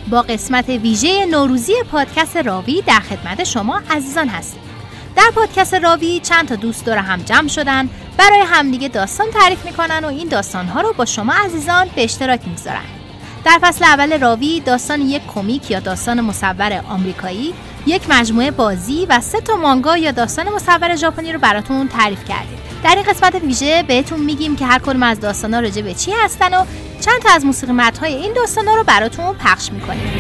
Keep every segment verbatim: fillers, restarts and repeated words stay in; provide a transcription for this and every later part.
با قسمت ویژه نوروزی پادکست راوی در خدمت شما عزیزان هستیم. در پادکست راوی چند تا دوست دور هم جمع شدن، برای همدیگه داستان تعریف میکنن و این داستانها رو با شما عزیزان به اشتراک میگذارن. در فصل اول راوی داستان یک کمیک یا داستان مصور آمریکایی، یک مجموعه بازی و سه تا مانگا یا داستان مصور ژاپنی رو براتون تعریف کردیم. در این قسمت ویژه بهتون میگیم که هر کدوم از داستانا راجع به چی هستن و چند تا از موسیقی متن‌های این داستانا رو براتون پخش میکنیم.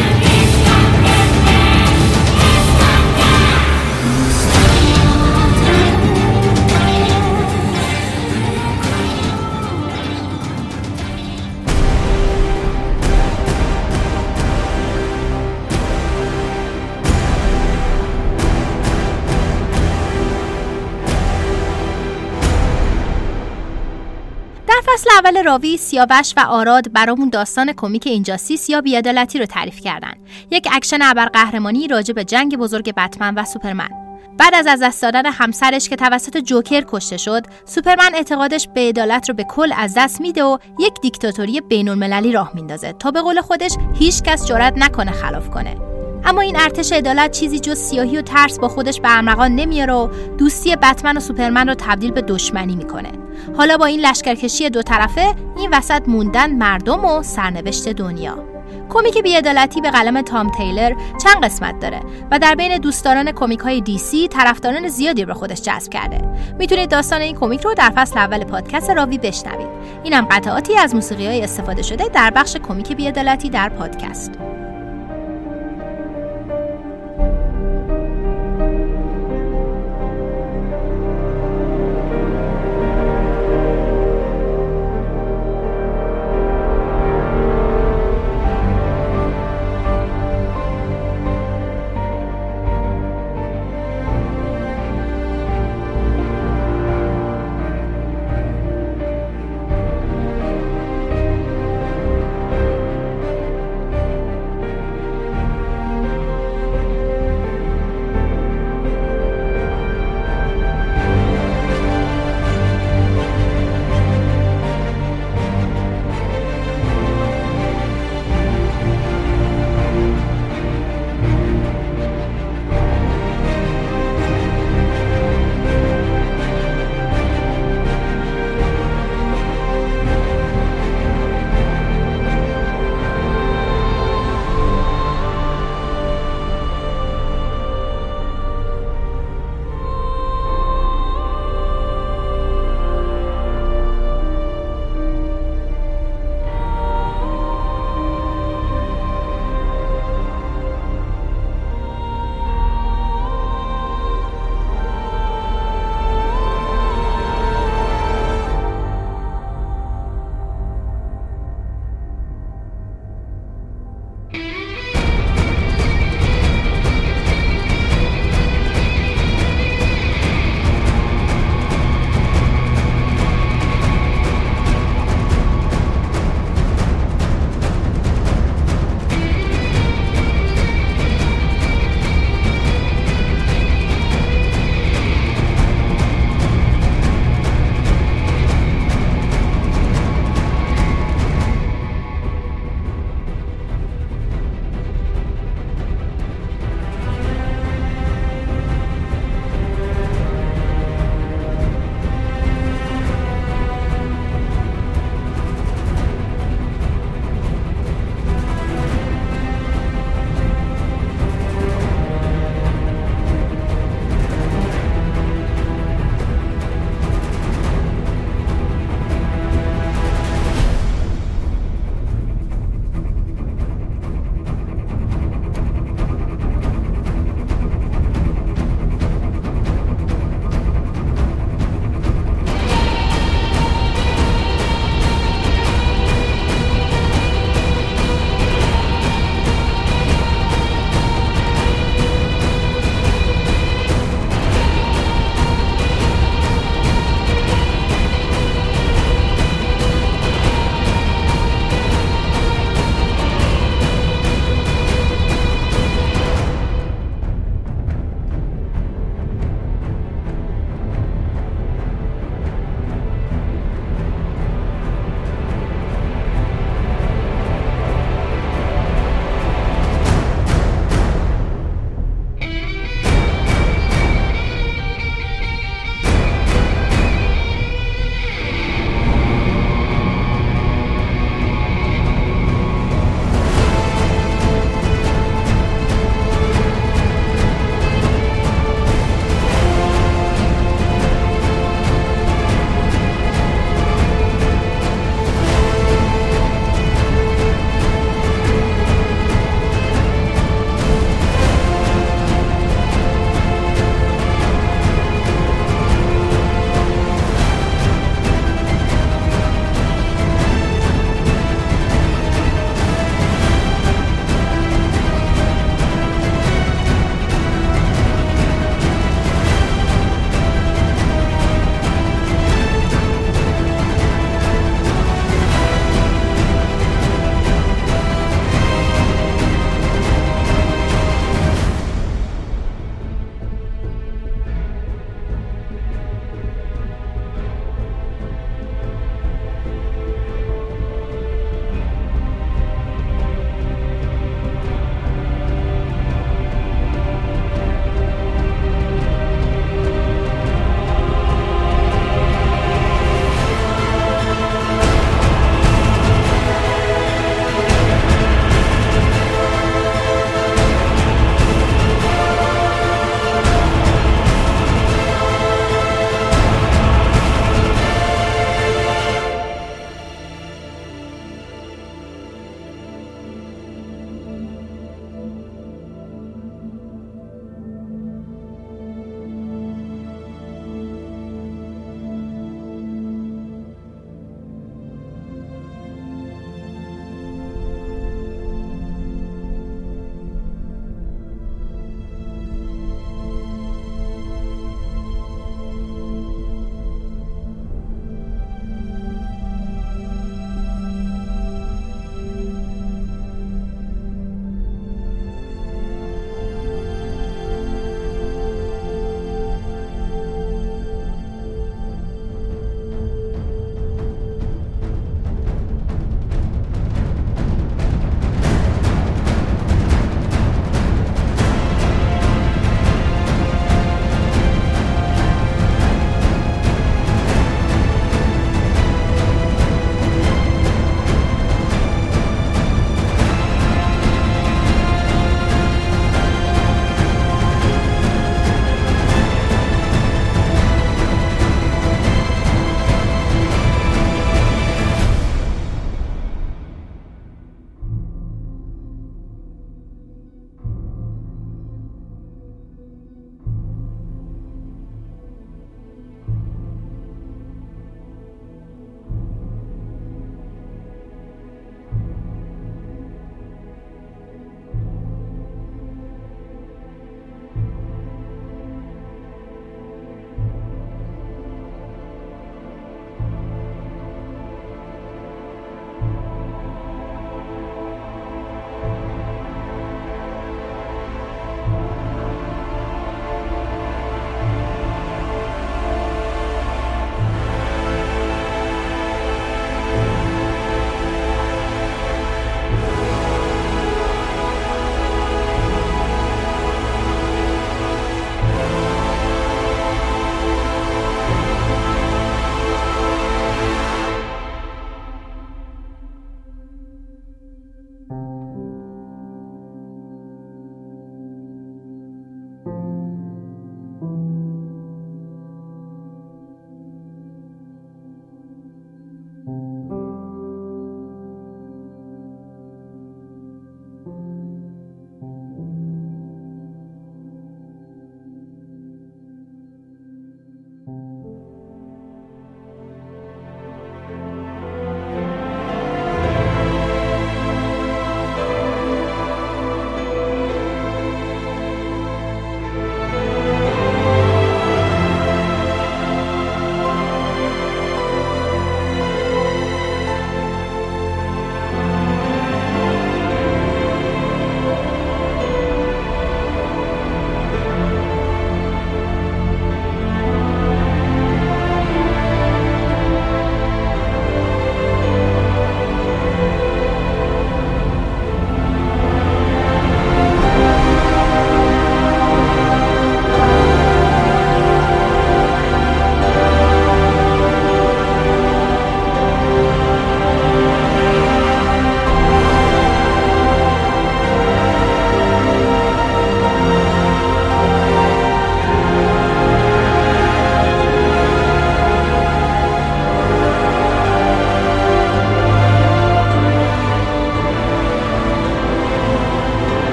در فصل اول راوی سیاوش و آراد برامون داستان کمیک اینجاستیس یا بی‌عدالتی رو تعریف کردن. یک اکشن ابرقهرمانی راجع به جنگ بزرگ بتمن و سوپرمن. بعد از از دست دادن همسرش که توسط جوکر کشته شد، سوپرمن اعتقادش به عدالت رو به کل از دست میده و یک دیکتاتوری بین‌المللی راه میندازه تا به قول خودش هیچ کس جرئت نکنه خلاف کنه. اما این ارتش عدالت چیزی جز سیاهی و ترس با خودش به ارمغان نمیاره و دوستی بتمن و سوپرمن رو تبدیل به دشمنی میکنه. حالا با این لشکرکشی دو طرفه این وسط موندن مردم و سرنوشت دنیا. کمیک بی‌عدالتی به قلم تام تیلر چند قسمت داره و در بین دوستداران کمیک های دی سی طرفداران زیادی رو به خودش جذب کرده. میتونید داستان این کمیک رو در فصل اول پادکست راوی بشنوید. اینم قطعاتی از موسیقی‌های استفاده شده در بخش کمیک بی‌عدالتی در پادکست.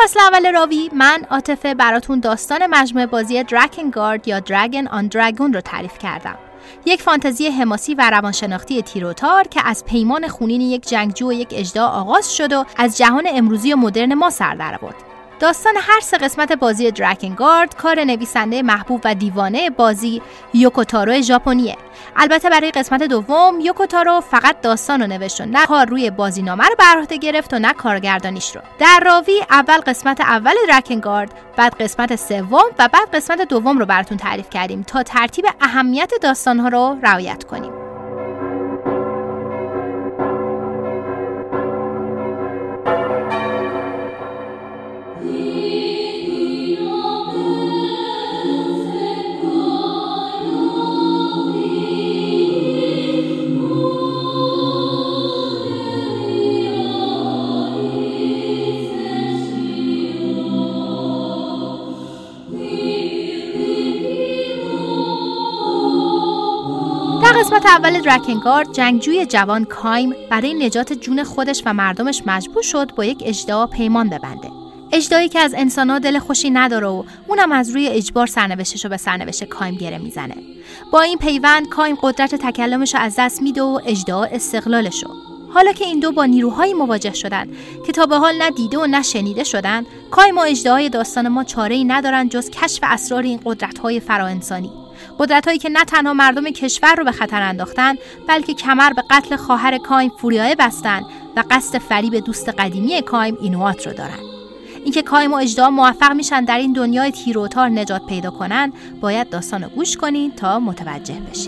فصل اول راوی من عاطفه براتون داستان مجموعه بازی دراکنگارد یا دراگون آن دراگون رو تعریف کردم. یک فانتزی حماسی و روانشناختی تیروتار که از پیمان خونین یک جنگجو و یک اژدها آغاز شد و از جهان امروزی و مدرن ما سر در آورد. داستان هر سه قسمت بازی دراکنگارد کار نویسنده محبوب و دیوانه بازی یوکو تارو ژاپنیه. البته برای قسمت دوم یوکو تارو فقط داستان رو نوشت و نه کار روی بازینامه رو بر عهده گرفت و نه کارگردانیش رو. در راوی اول قسمت اول دراکنگارد، بعد قسمت سوم و بعد قسمت دوم رو براتون تعریف کردیم تا ترتیب اهمیت داستان‌ها رو رعایت کنیم. در قسمت اول دراکنگارد جنگجوی جوان کایم برای نجات جون خودش و مردمش مجبور شد با یک اژدها پیمان ببنده. اژدهایی که از انسان‌ها دل خوشی نداره و اونم از روی اجبار سرنوشتشو به سرنوشت کایم گره میزنه. با این پیوند کایم قدرت تکلمشو از دست میده و اژدها استقلالشو. حالا که این دو با نیروهایی مواجه شدن که تا به حال نه دیده و نه شنیده شدن، کایم و اژدهای داستان ما چاره‌ای ندارن جز کشف اسرار این قدرت‌های فراانسانی. قدرت‌هایی که نه تنها مردم کشور رو به خطر انداختن، بلکه کمر به قتل خواهر کایم فوریای بستن و قصد فریب دوست قدیمی کایم اینوات رو دارن. اینکه کایم و اژدها موفق میشن در این دنیای تیروتار نجات پیدا کنن، باید داستان رو گوش کنین تا متوجه بشین.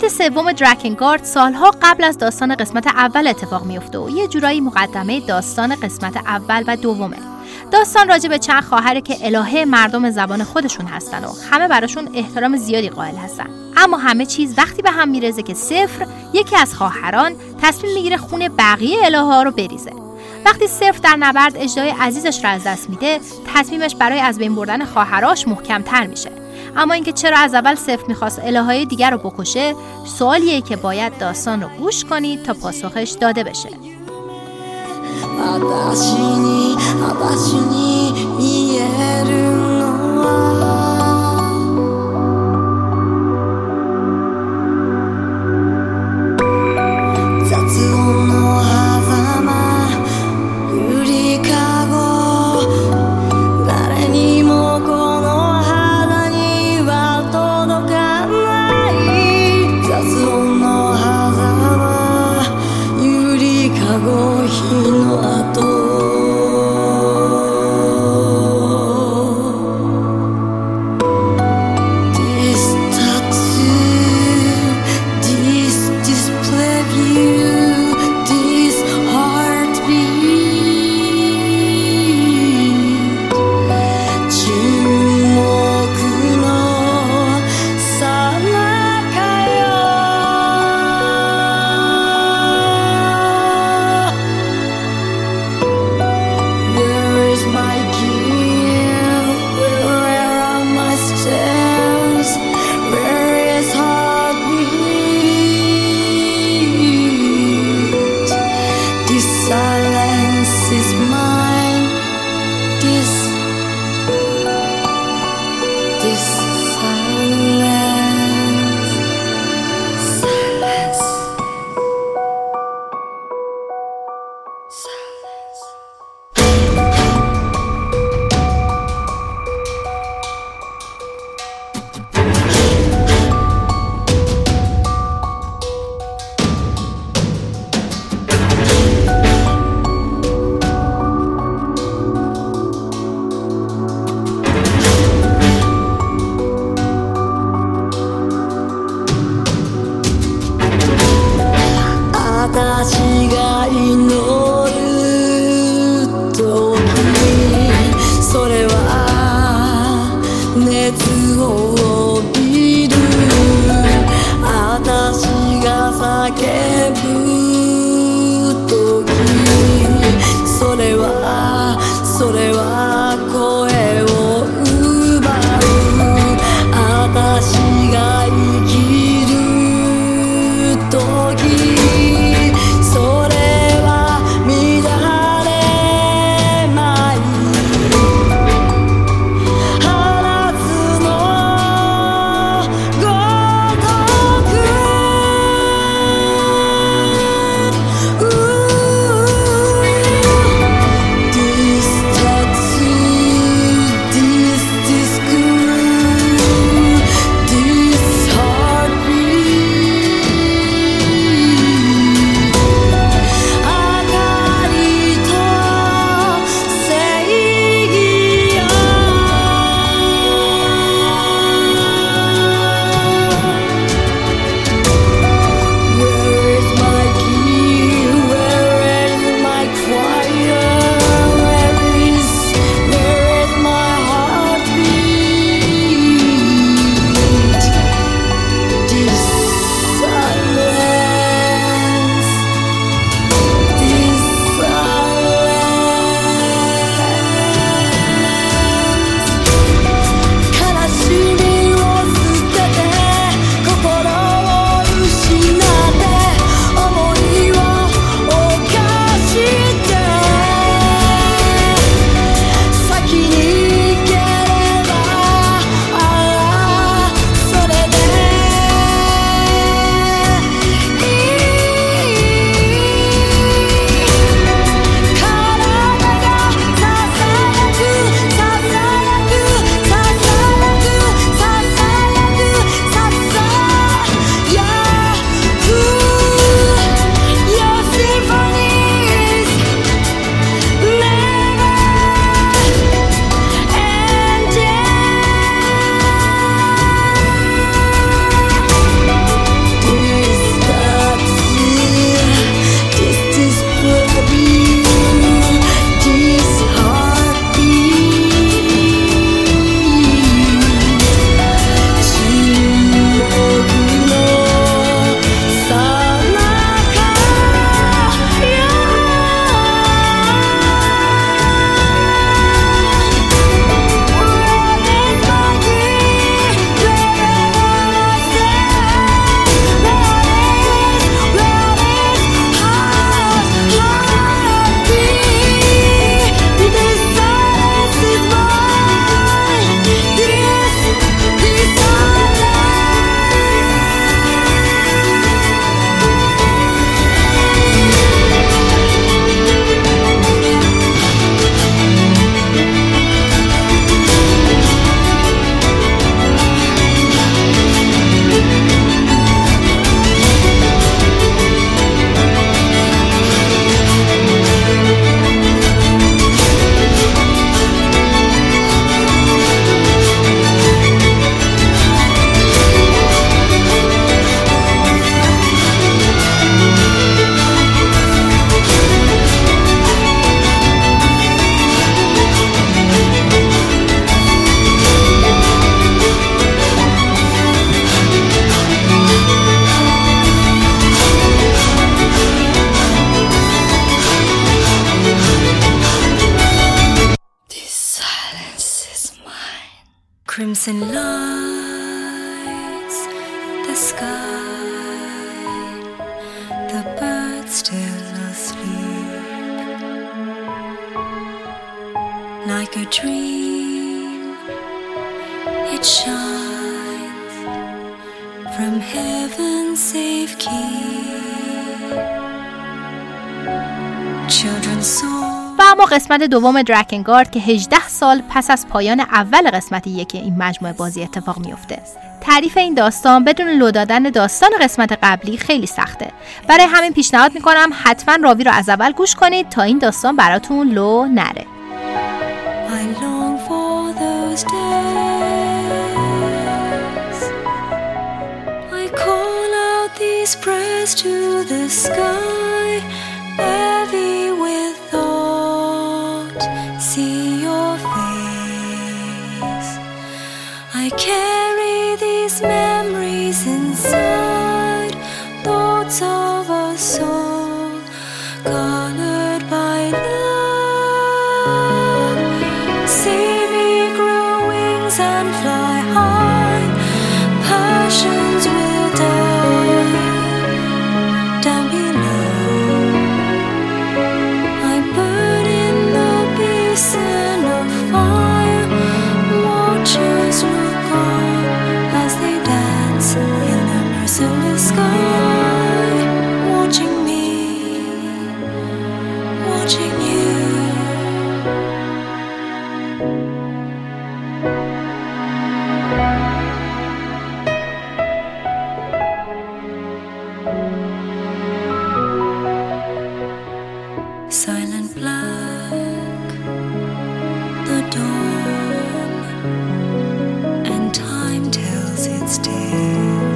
قسمت سوم درکنگارد سالها قبل از داستان قسمت اول اتفاق میفته و یه جورایی مقدمه داستان قسمت اول و دومه. داستان راجع به چند خواهره که الهه مردم زبان خودشون هستن و همه براشون احترام زیادی قائل هستن. اما همه چیز وقتی به هم میرزه که صفر، یکی از خواهران، تصمیم میگیره خون بقیه الهه ها رو بریزه. وقتی صفر در نبرد اجدای عزیزش رو از دست میده، تصمیمش برای از بین بردن خواهراش محکم‌تر میشه. اما اینکه چرا از اول صفر میخواست الهه‌های دیگر رو بکشه، سوالیه که باید داستان رو گوش کنید تا پاسخش داده بشه. 私に私に言えるのは雑音の狭間ゆりかご誰にもこの肌には届かない雑音の狭間ゆりかご日の後 私が祈る crimson lights the sky, the birds still asleep, like a dream it shines from heaven's safe keep. Children saw. و اما قسمت دوم درکنگارد که هجده سال پس از پایان اول قسمت یک این مجموعه بازی اتفاق میفته. تعریف این داستان بدون لو دادن داستان قسمت قبلی خیلی سخته. برای همین پیشنهاد میکنم حتما راوی رو از اول گوش کنید تا این داستان براتون لو نره. I long for those days. I call out these prayers to the sky, heavy with thought. See your face. I carry these memories inside, thoughts of a soul colored by love. See me grow wings and fly high. Passions will die down below. I burn in the basin of fire. Watchers look on as they dance in the merciless sky. Watching me, watching you. Silent black, the dawn, and time tells its tale.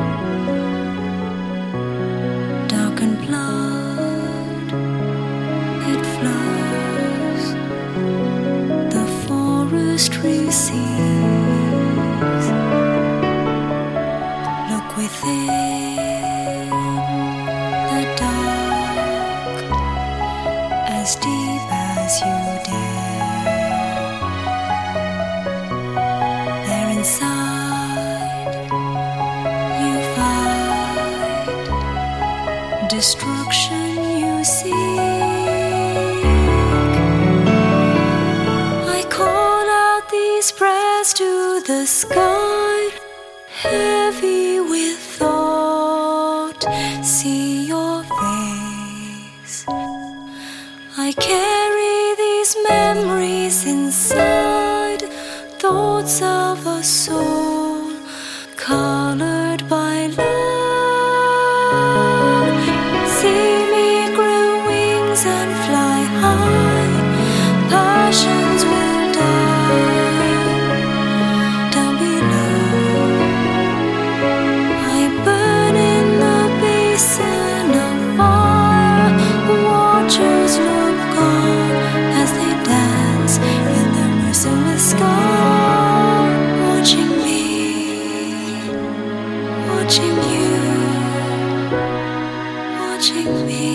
Dark and blood, it flows. The forest receives. Look within the dark, as deep as you dare. There inside you find destruction you seek. I call out these prayers to the sky, heavy with thought. See your face. I carry these memories inside, thoughts of a soul colored by love. See me grow wings and fly high. Passions will die down below. I burn in the basin of fire. Watchers look on as they dance in the merciless sky. Watching me, watching you, watching me.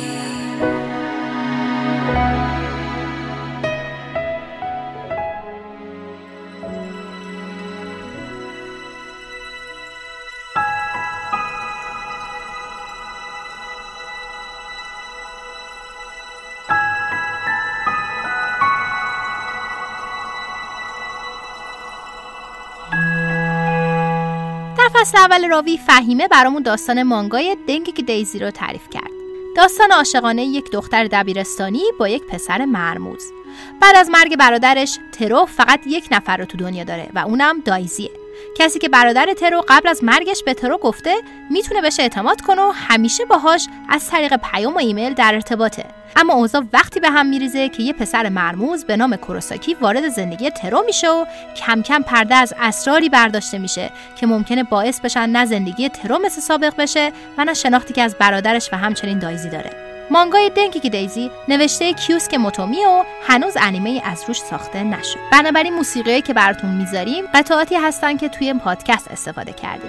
در فصل اول راوی فهیمه برامون داستان مانگای دنگیکی دیزی رو تعریف کرد. داستان عاشقانه یک دختر دبیرستانی با یک پسر مرموز. بعد از مرگ برادرش ترو فقط یک نفر رو تو دنیا داره و اونم دایزیه. کسی که برادر ترو قبل از مرگش به ترو گفته میتونه بهش اعتماد کنه و همیشه باهاش از طریق پیام و ایمیل در ارتباطه. اما اوضاع وقتی به هم میریزه که یه پسر مرموز به نام کوروساکی وارد زندگی ترو میشه و کم کم پرده از اسراری برداشته میشه که ممکنه باعث بشن نه زندگی ترو مثل سابق بشه و نه شناختی که از برادرش و همچنین دایزی داره. مانگای دنگیکی دیزی نوشته کیوسک موتومی و هنوز انیمه از روش ساخته نشد. بنابراین موسیقیایی که براتون میذاریم قطعاتی هستن که توی پادکست استفاده کردیم.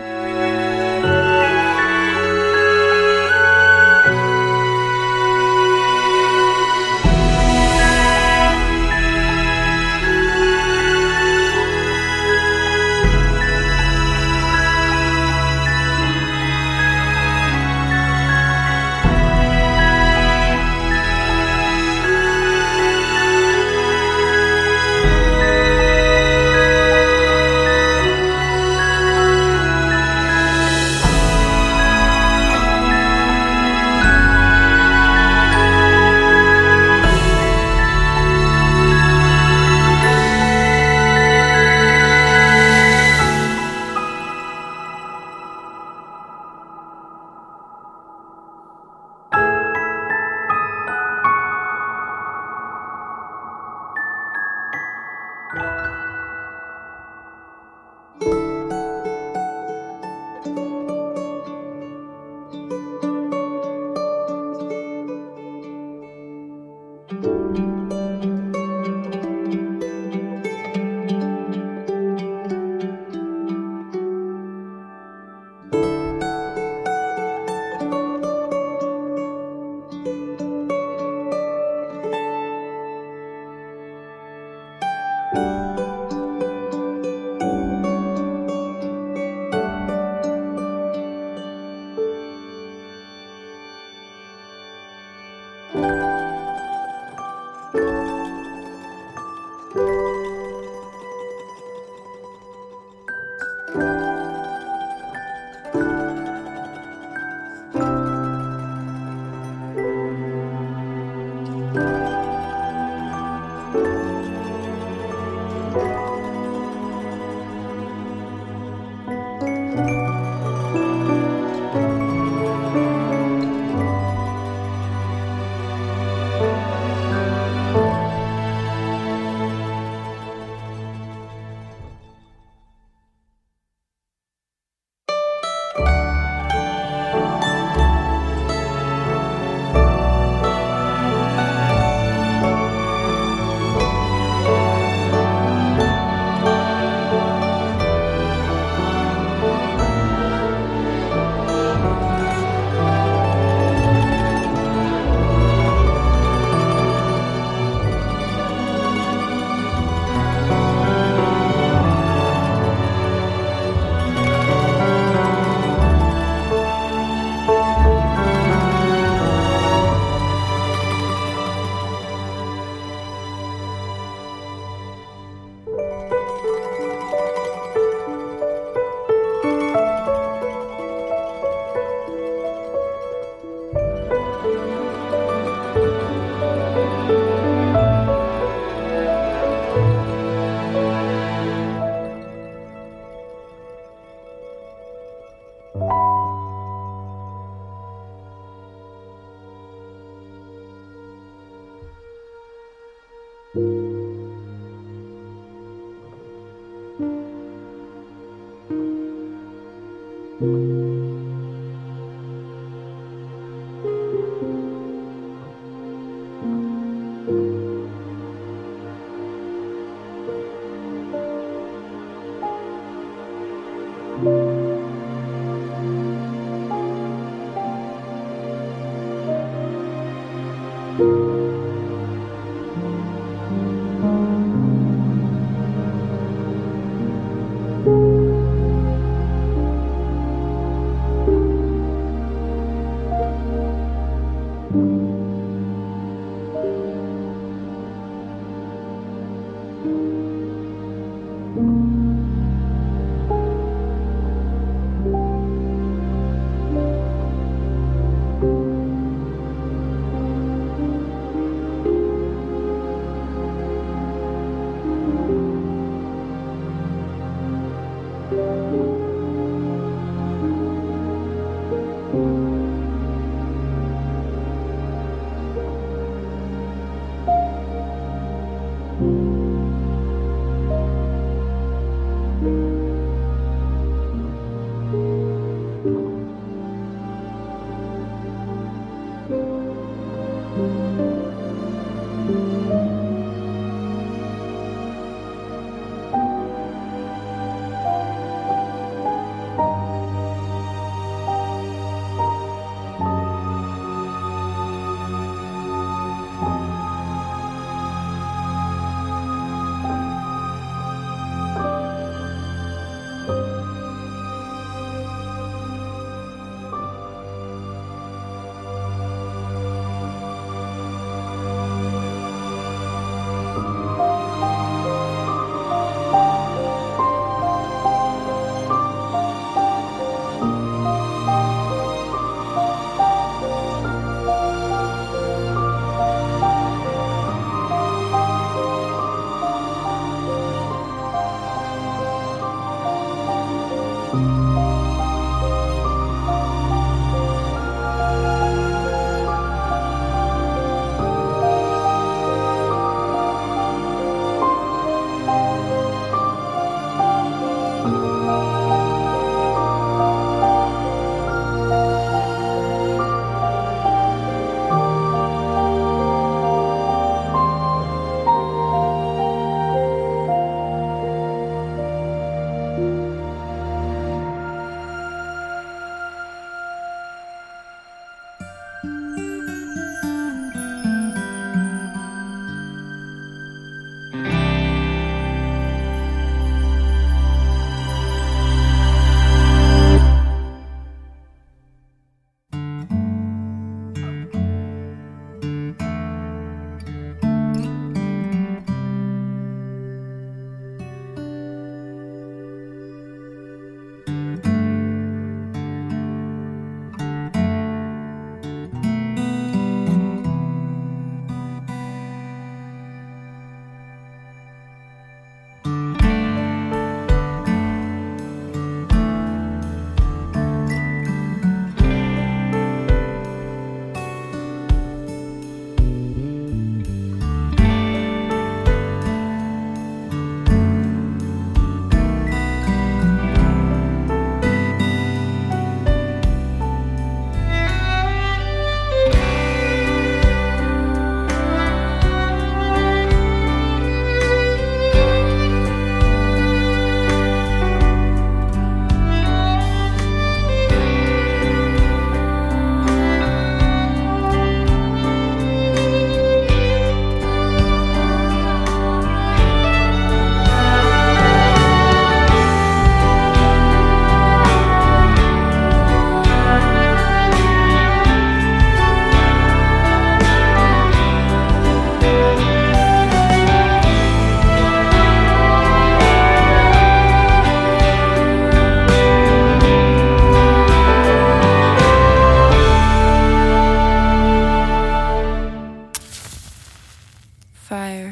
fire.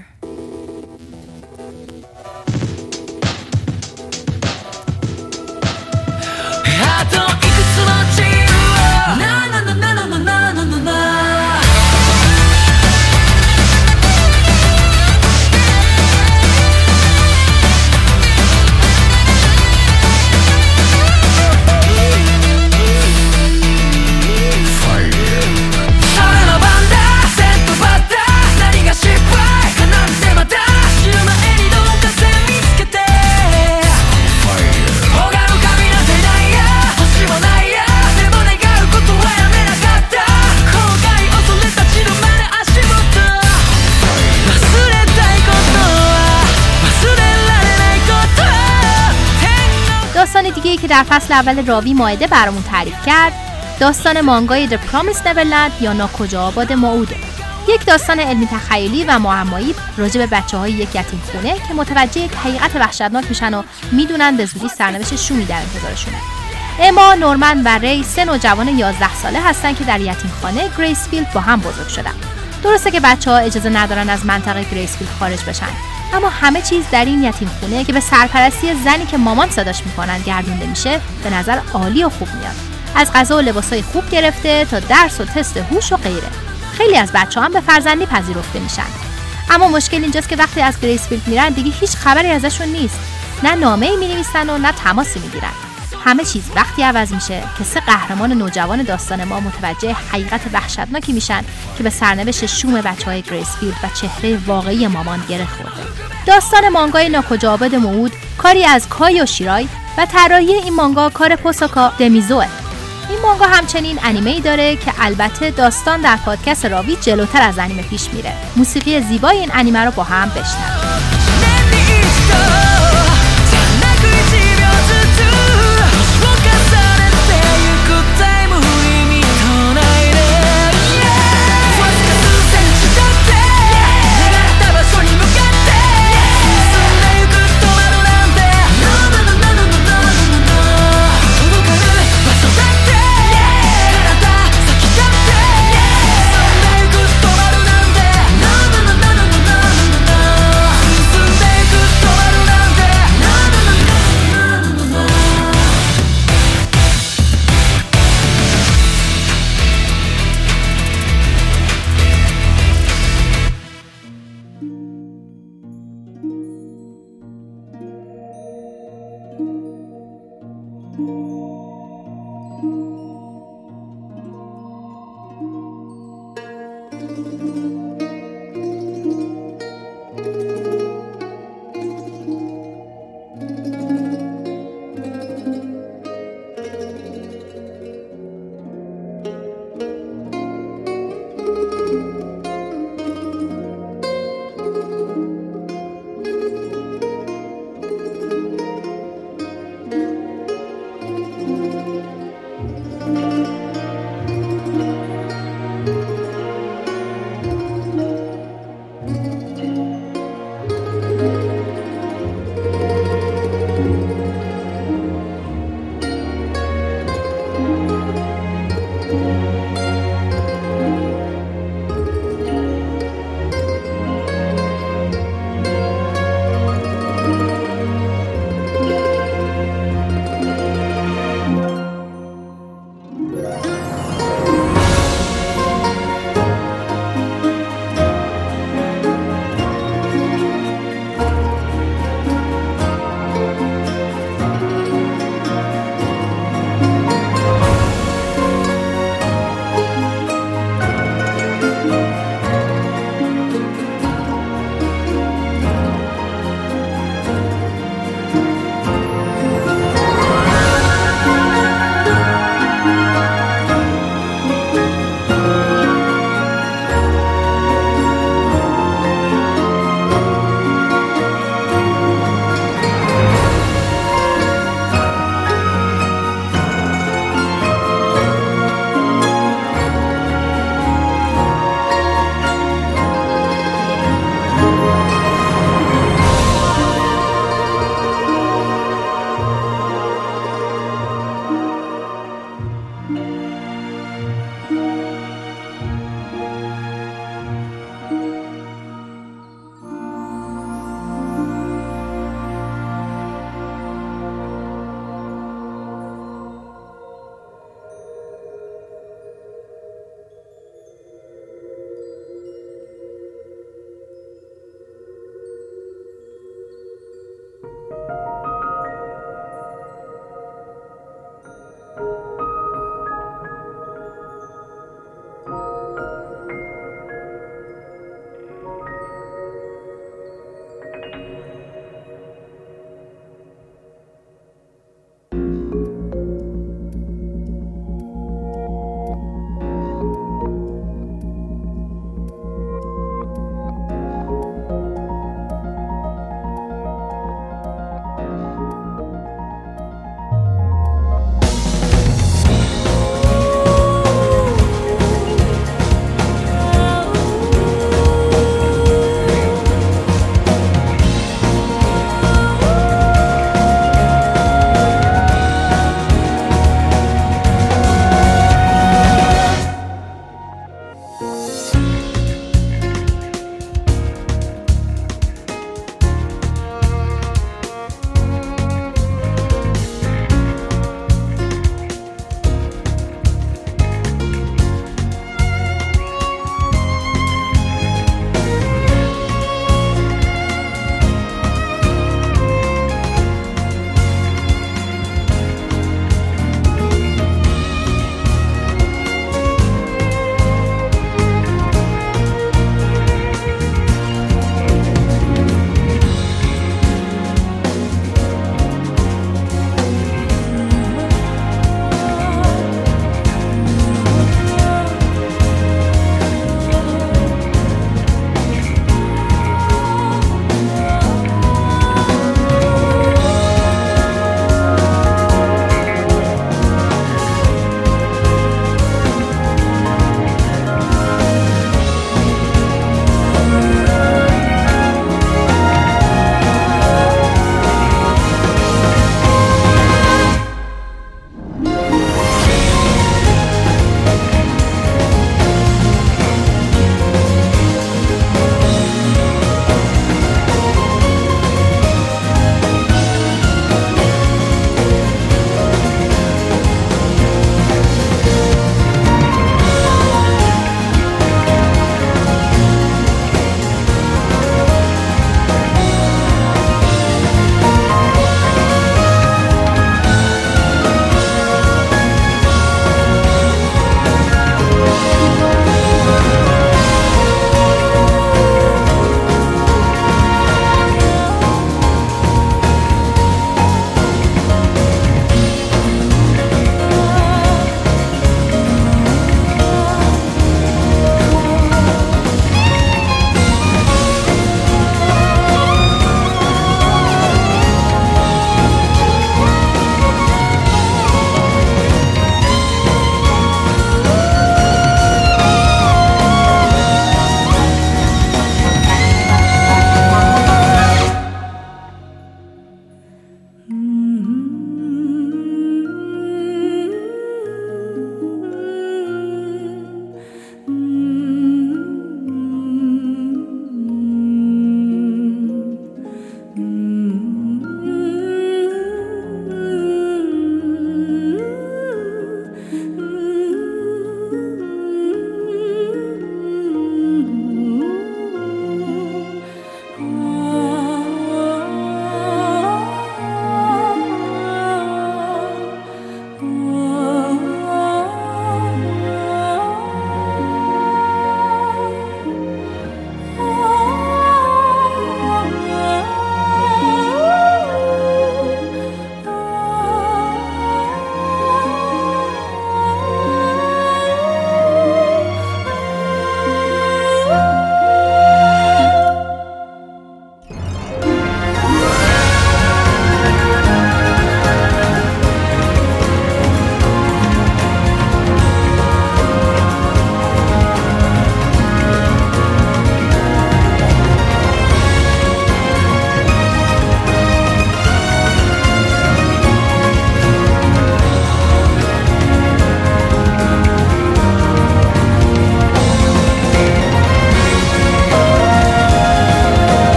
داستان دیگه‌ای که در فصل اول راوی مائده برامون تعریف کرد داستان مانگای The Promised Neverland یا ناکجا آباد موعوده. یک داستان علمی تخیلی و معمایی راجع به بچه‌های یک یتیم خونه که متوجه یک حقیقت وحشتناک میشن و میدونن به زودی سرنوشت شومی در انتظارشونه. اما، نورمن و ری سه نوجوان یازده ساله هستن که در یتیم خانه گریسفیلد با هم بزرگ شدن. درسته که بچه‌ها اجازه ندارن از منطقه گریسفیلد خارج بشن، اما همه چیز در این یتیم خونه که به سرپرستی زنی که مامان صداش میکنن گردونده میشه به نظر عالی و خوب میاد. از غذا و لباسای خوب گرفته تا درس و تست هوش و غیره. خیلی از بچه‌ها هم به فرزندی پذیرفته میشن. اما مشکل اینجاست که وقتی از گریسفیلد میرن دیگه هیچ خبری ازشون نیست. نه نامه‌ای می‌نویسن و نه تماسی میگیرن. همه چیز وقتی عوض میشه که سه قهرمان نوجوان داستان ما متوجه حقیقت وحشتناکی میشن که به سرنوشت شوم بچه‌های گریسفیلد و چهره واقعی مامان گره خورده. داستان مانگای ناکجا آباد موعود کاری از کای و شیرای و طراحی این مانگا کار پوساکا دمیزوه. این مانگا همچنین انیمه‌ای داره که البته داستان در پادکست راوی جلوتر از انیمه پیش میره. موسیقی زیبای این انیمه رو با هم بشنویم.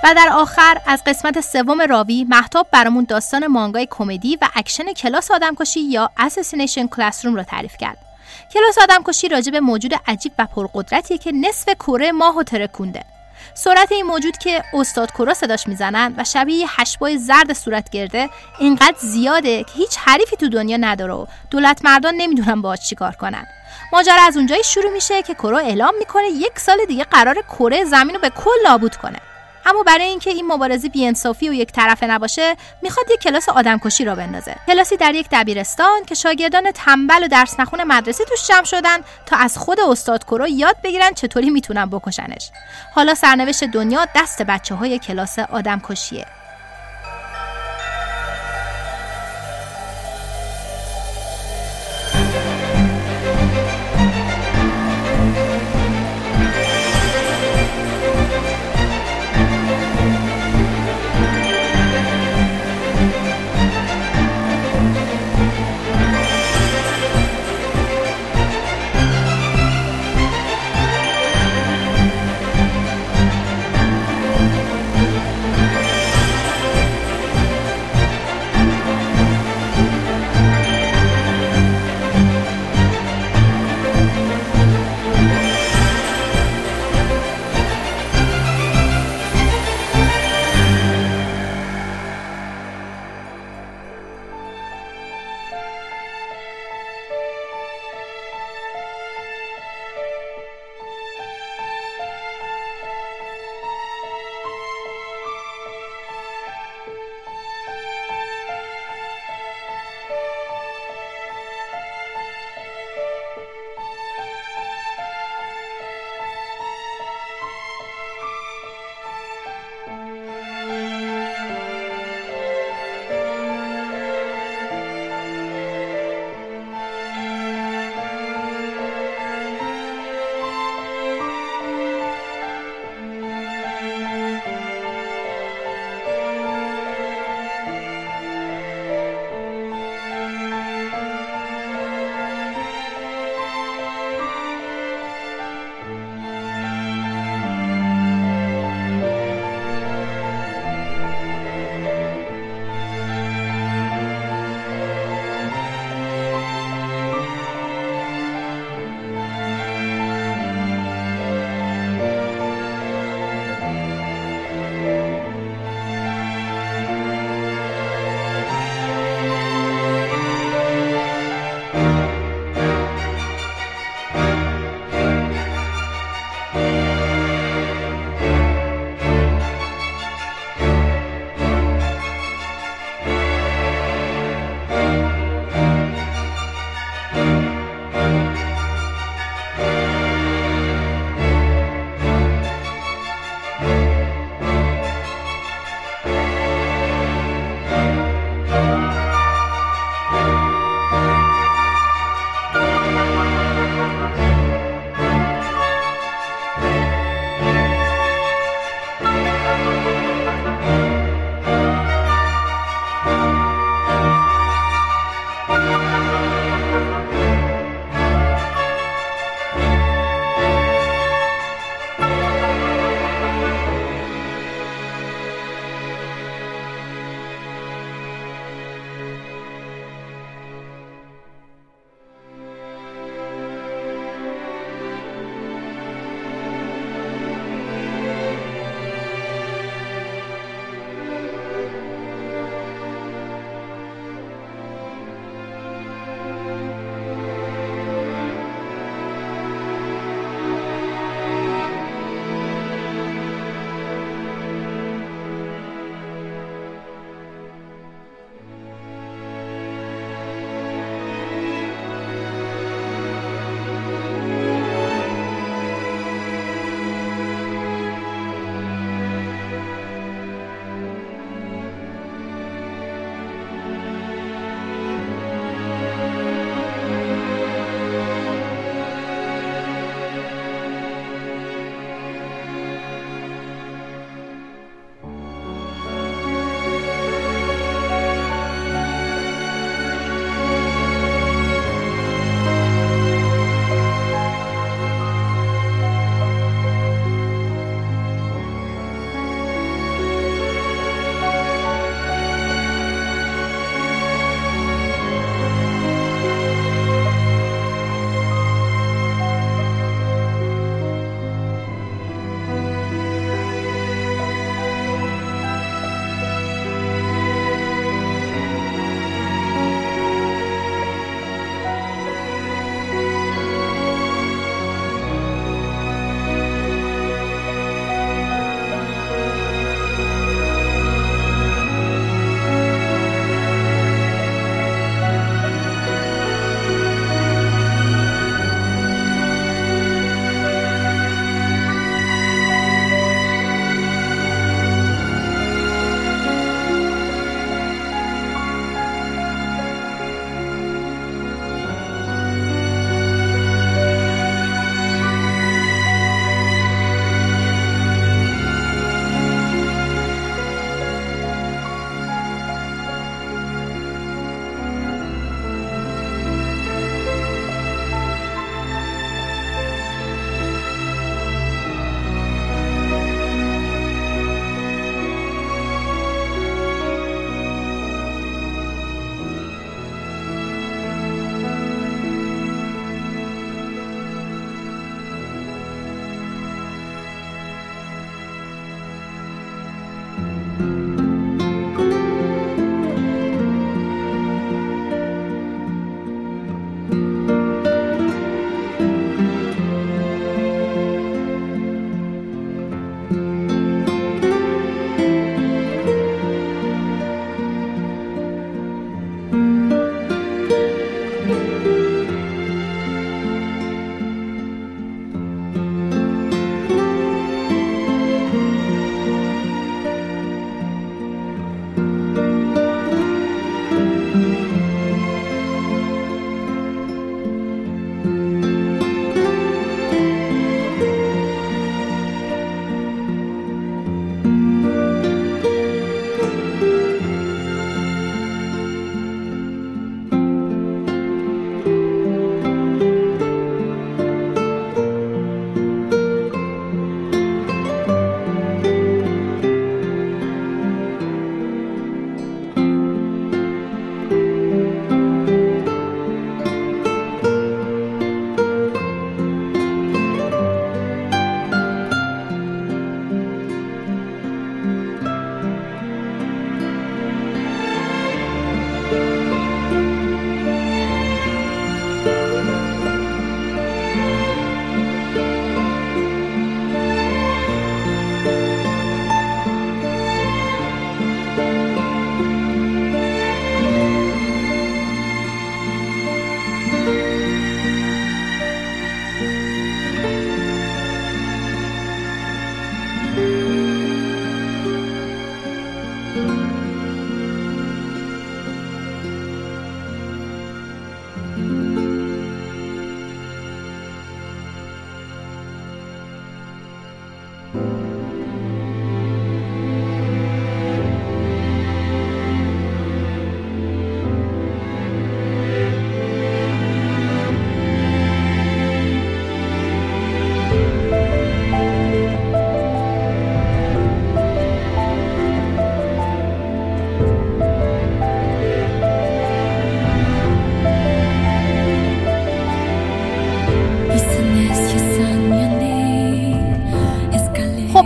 و در آخر از قسمت سوم راوی مهتاب برامون داستان مانگای کمدی و اکشن کلاس آدمکشی یا اساسینیشن کلاسروم رو تعریف کرد. کلاس آدمکشی راجع به موجود عجیب و پرقدرتیه که نصف کره ماهو ترکونده. سرعت این موجود که استاد کورا صداش میزنن و شبیه هشبای زرد صورتگرده اینقدر زیاده که هیچ حریفی تو دنیا نداره و دولت مردان نمیدونن باهاش چیکار کنن. ماجرا از اونجایی شروع میشه که کورا اعلام میکنه یک سال دیگه قرار کره زمین رو به کل نابود کنه. اما برای اینکه این مبارزه بی‌انصافی و یک طرفه نباشه، میخواد یک کلاس آدمکشی را بندازه. کلاسی در یک دبیرستان که شاگردان تنبل و درس نخون مدرسه توش جمع شدن تا از خود استاد کورو یاد بگیرن چطوری میتونن بکشنش. حالا سرنوشت دنیا دست بچه‌های کلاس آدمکشیه.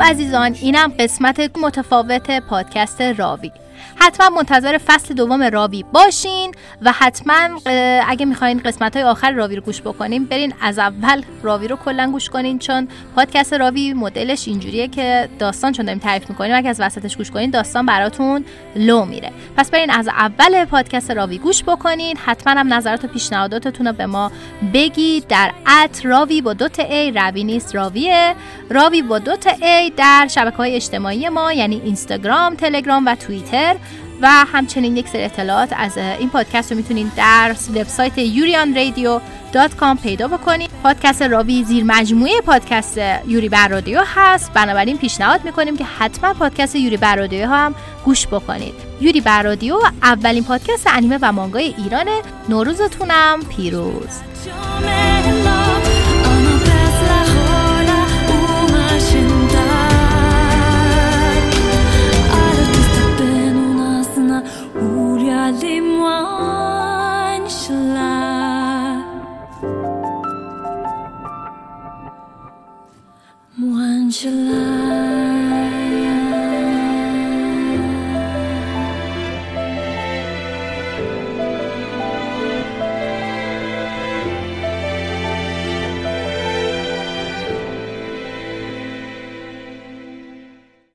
عزیزان، اینم قسمت متفاوت پادکست راوی. حتما منتظر فصل دوم راوی باشین و حتما اگه میخواین قسمت‌های آخر راوی رو گوش بکنین برین از اول راوی رو کلا گوش کنین، چون پادکست راوی مدلش اینجوریه که داستان چون داریم تعریف میکنیم اگه از وسطش گوش کنین داستان براتون لو میره. پس برین از اول پادکست راوی گوش بکنین. حتما هم نظرات و پیشنهاداتتون رو به ما بگید در ات راوی با دوت ای، راوی نیست راویه، راوی با دوت ای در شبکه‌های اجتماعی ما یعنی اینستاگرام، تلگرام و توییتر. و همچنین یک سری اطلاعات از این پادکست رو میتونید در وبسایت یوریان رادیو دات کام پیدا بکنید. پادکست راوی زیر مجموعه پادکست یوری بر رادیو هست، بنابراین پیشنهاد میکنیم که حتما پادکست یوری بر رادیو هم گوش بکنید. یوری بر رادیو اولین پادکست انیمه و مانگای ایرانه. نوروزتونم پیروز. Angela